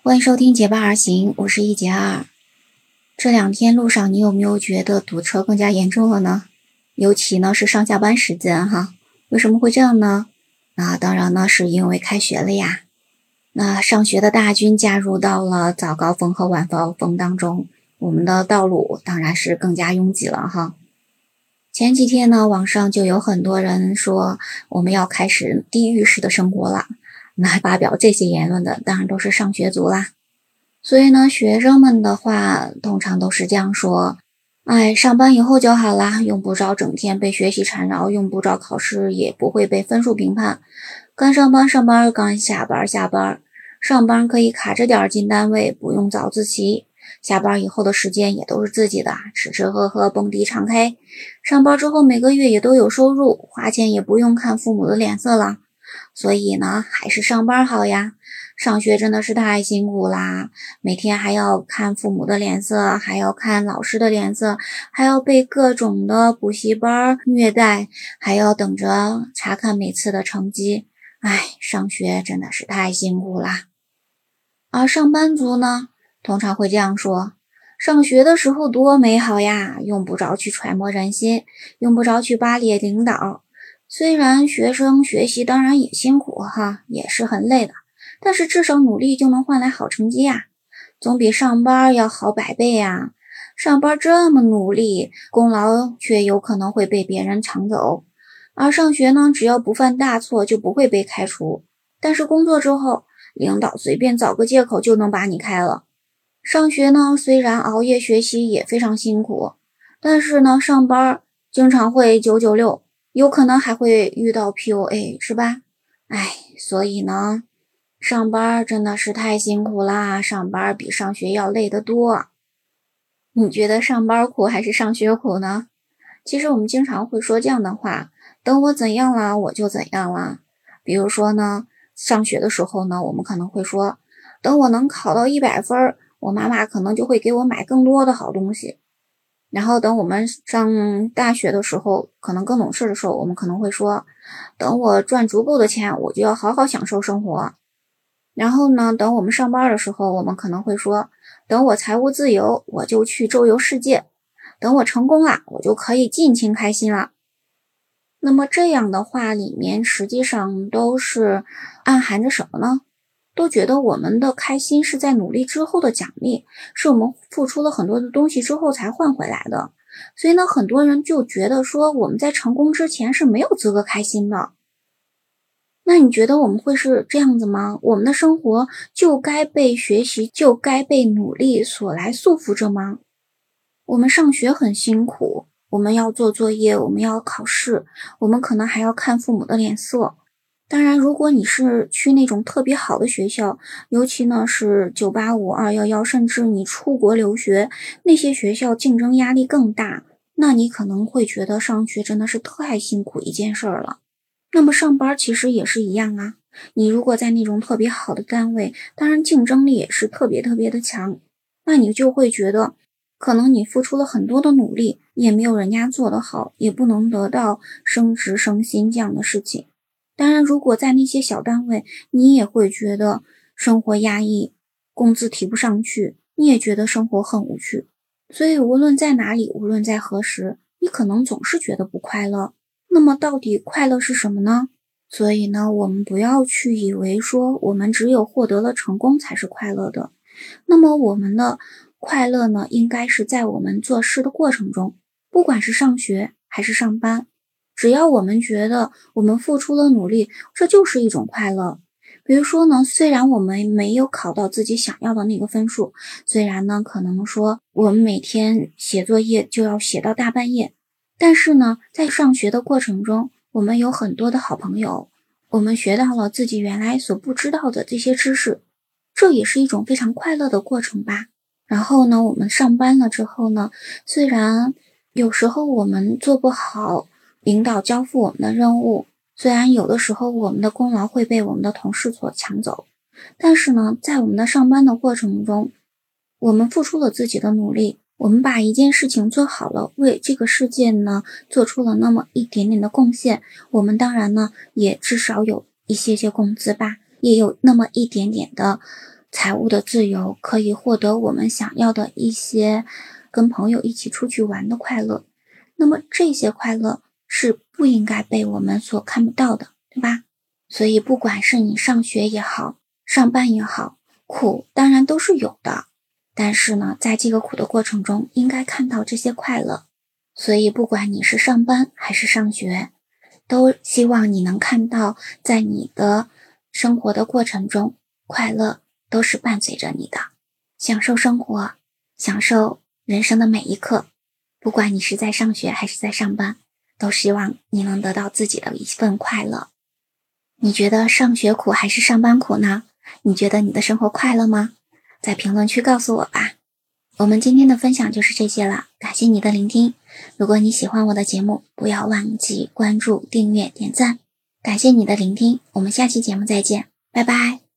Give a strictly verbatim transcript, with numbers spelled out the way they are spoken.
欢迎收听结伴而行，我是一杰二。这两天路上你有没有觉得堵车更加严重了呢？尤其呢是上下班时间哈，为什么会这样呢？那当然呢是因为开学了呀。那上学的大军加入到了早高峰和晚高峰当中，我们的道路当然是更加拥挤了哈。前几天呢，网上就有很多人说我们要开始地狱式的生活了。那发表这些言论的当然都是上学族啦。所以呢，学生们的话通常都是这样说，哎，上班以后就好啦，用不着整天被学习缠绕，用不着考试，也不会被分数评判。刚上班上班，刚下班下班，上班可以卡着点进单位，不用早自习。下班以后的时间也都是自己的，吃吃喝喝，蹦迪唱 K。上班之后每个月也都有收入，花钱也不用看父母的脸色了。所以呢，还是上班好呀。上学真的是太辛苦啦，每天还要看父母的脸色，还要看老师的脸色，还要被各种的补习班虐待，还要等着查看每次的成绩。唉，上学真的是太辛苦啦。而上班族呢，通常会这样说，上学的时候多美好呀，用不着去揣摩人心，用不着去巴结领导。虽然学生学习当然也辛苦哈，也是很累的，但是至少努力就能换来好成绩呀，总比上班要好百倍呀。上班这么努力，功劳却有可能会被别人抢走。而上学呢，只要不犯大错就不会被开除，但是工作之后，领导随便找个借口就能把你开了。上学呢，虽然熬夜学习也非常辛苦，但是呢，上班经常会九九六。有可能还会遇到 P U A 是吧？哎，所以呢，上班真的是太辛苦啦，上班比上学要累得多。你觉得上班苦还是上学苦呢？其实我们经常会说这样的话，等我怎样了，我就怎样了。比如说呢，上学的时候呢，我们可能会说，等我能考到一百分，我妈妈可能就会给我买更多的好东西。然后等我们上大学的时候，可能更懂事的时候，我们可能会说，等我赚足够的钱，我就要好好享受生活。然后呢，等我们上班的时候，我们可能会说，等我财务自由，我就去周游世界。等我成功了，我就可以尽情开心了。那么这样的话里面实际上都是暗含着什么呢？都觉得我们的开心是在努力之后的奖励，是我们付出了很多的东西之后才换回来的。所以呢，很多人就觉得说我们在成功之前是没有资格开心的。那你觉得我们会是这样子吗？我们的生活就该被学习，就该被努力所来束缚着吗？我们上学很辛苦，我们要做作业，我们要考试，我们可能还要看父母的脸色。当然，如果你是去那种特别好的学校，尤其呢是九八五、二一一，甚至你出国留学，那些学校竞争压力更大，那你可能会觉得上学真的是太辛苦一件事儿了。那么上班其实也是一样啊，你如果在那种特别好的单位，当然竞争力也是特别特别的强，那你就会觉得可能你付出了很多的努力，也没有人家做得好，也不能得到升职升薪这样的事情。当然，如果在那些小单位，你也会觉得生活压抑，工资提不上去，你也觉得生活很无趣。所以无论在哪里，无论在何时，你可能总是觉得不快乐。那么到底快乐是什么呢？所以呢，我们不要去以为说我们只有获得了成功才是快乐的。那么我们的快乐呢，应该是在我们做事的过程中，不管是上学还是上班，只要我们觉得我们付出了努力，这就是一种快乐。比如说呢，虽然我们没有考到自己想要的那个分数，虽然呢可能说我们每天写作业就要写到大半夜，但是呢在上学的过程中，我们有很多的好朋友，我们学到了自己原来所不知道的这些知识，这也是一种非常快乐的过程吧。然后呢，我们上班了之后呢，虽然有时候我们做不好领导交付我们的任务，虽然有的时候我们的功劳会被我们的同事所抢走，但是呢，在我们的上班的过程中，我们付出了自己的努力，我们把一件事情做好了，为这个世界呢做出了那么一点点的贡献，我们当然呢也至少有一些些工资吧，也有那么一点点的财务的自由，可以获得我们想要的一些跟朋友一起出去玩的快乐，那么这些快乐是不应该被我们所看不到的，对吧？所以不管是你上学也好，上班也好，苦当然都是有的，但是呢，在这个苦的过程中，应该看到这些快乐。所以不管你是上班还是上学，都希望你能看到，在你的生活的过程中，快乐都是伴随着你的，享受生活，享受人生的每一刻。不管你是在上学还是在上班，都希望你能得到自己的一份快乐。你觉得上学苦还是上班苦呢？你觉得你的生活快乐吗？在评论区告诉我吧。我们今天的分享就是这些了，感谢你的聆听。如果你喜欢我的节目，不要忘记关注、订阅、点赞。感谢你的聆听，我们下期节目再见，拜拜。